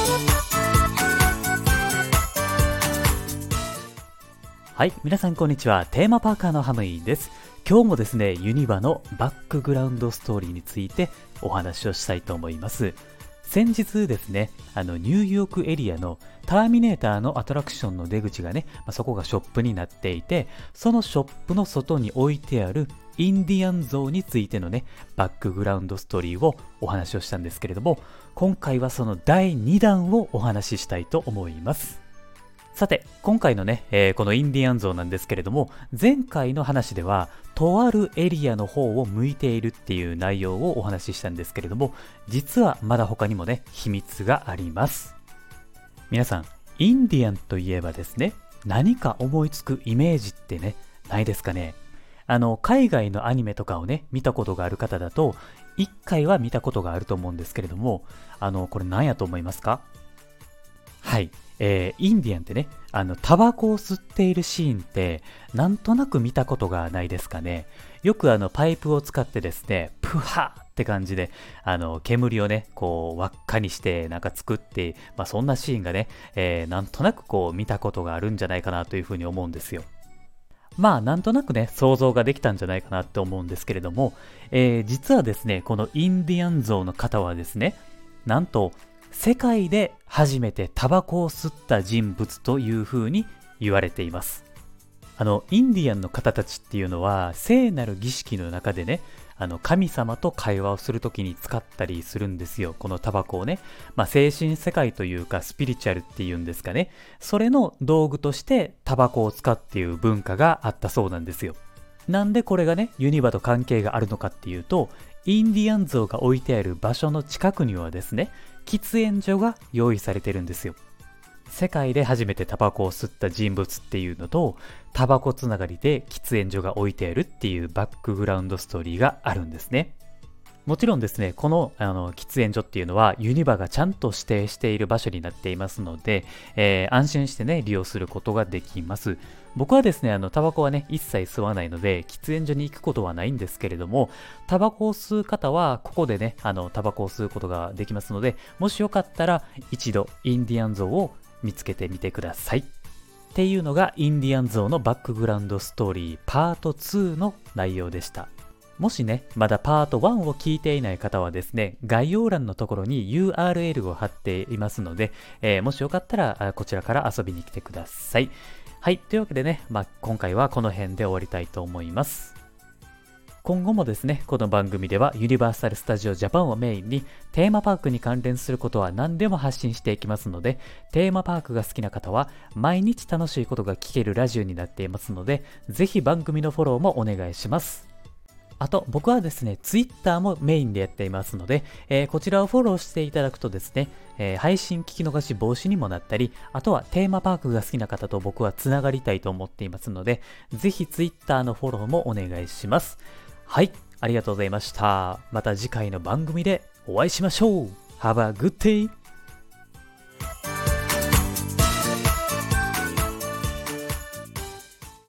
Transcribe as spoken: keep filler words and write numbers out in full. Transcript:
はい、皆さんこんにちは。テーマパーカーのハムイです。今日もですね、ユニバのバックグラウンドストーリーについてお話をしたいと思います。先日ですね、あのニューヨークエリアのターミネーターのアトラクションの出口がね、まあ、そこがショップになっていて、そのショップの外に置いてあるインディアン像についてのね、バックグラウンドストーリーをお話をしたんですけれども、今回はそのだいにだんをお話ししたいと思います。さて、今回のね、えー、このインディアン像なんですけれども、前回の話では、とあるエリアの方を向いているっていう内容をお話ししたんですけれども、実はまだ他にもね、秘密があります。皆さん、インディアンといえばですね、何か思いつくイメージってね、ないですかね。あの、海外のアニメとかをね、見たことがある方だと、いっかいは見たことがあると思うんですけれども、あの、これ何やと思いますか？はい。えー、インディアンってね、あの、タバコを吸っているシーンって、なんとなく見たことがないですかね。よくあの、パイプを使ってですね、プハーって感じで、あの、煙をね、こう、輪っかにして、なんか作って、まあ、そんなシーンがね、えー、なんとなくこう、見たことがあるんじゃないかなというふうに思うんですよ。まあ、なんとなくね、想像ができたんじゃないかなって思うんですけれども、えー、実はですね、このインディアン像の方はですね、なんと、世界で初めてタバコを吸った人物というふうに言われています。あの、インディアンの方たちっていうのは、聖なる儀式の中でね、あの、神様と会話をするときに使ったりするんですよ。このタバコをね。まあ、精神世界というか、スピリチュアルっていうんですかね。それの道具としてタバコを使うっていう文化があったそうなんですよ。なんでこれがね、ユニバと関係があるのかっていうと、インディアン像が置いてある場所の近くにはですね、喫煙所が用意されてるんですよ。世界で初めてタバコを吸った人物っていうのと、タバコつながりで喫煙所が置いてあるっていうバックグラウンドストーリーがあるんですね。もちろんですね、この、あの喫煙所っていうのはユニバがちゃんと指定している場所になっていますので、えー安心してね、利用することができます。僕はですね、あの、タバコはね、一切吸わないので、喫煙所に行くことはないんですけれども、タバコを吸う方は、ここでね、あの、タバコを吸うことができますので、もしよかったら、一度、インディアン像を見つけてみてください。っていうのが、インディアン像のバックグラウンドストーリーパートツーの内容でした。もしね、まだパートワンを聞いていない方はですね、概要欄のところに ユーアールエル を貼っていますので、えーもしよかったらあこちらから遊びに来てください。はい、というわけでね、まあ、今回はこの辺で終わりたいと思います。今後もですね、この番組ではユニバーサル・スタジオ・ジャパンをメインにテーマパークに関連することは何でも発信していきますので、テーマパークが好きな方は毎日楽しいことが聞けるラジオになっていますので、ぜひ番組のフォローもお願いします。あと、僕はですね、ツイッターもメインでやっていますので、えーこちらをフォローしていただくとですね、えー配信聞き逃し防止にもなったり、あとはテーマパークが好きな方と僕はつながりたいと思っていますので、ぜひツイッターのフォローもお願いします。はい、ありがとうございました。また次回の番組でお会いしましょう。Have a good day!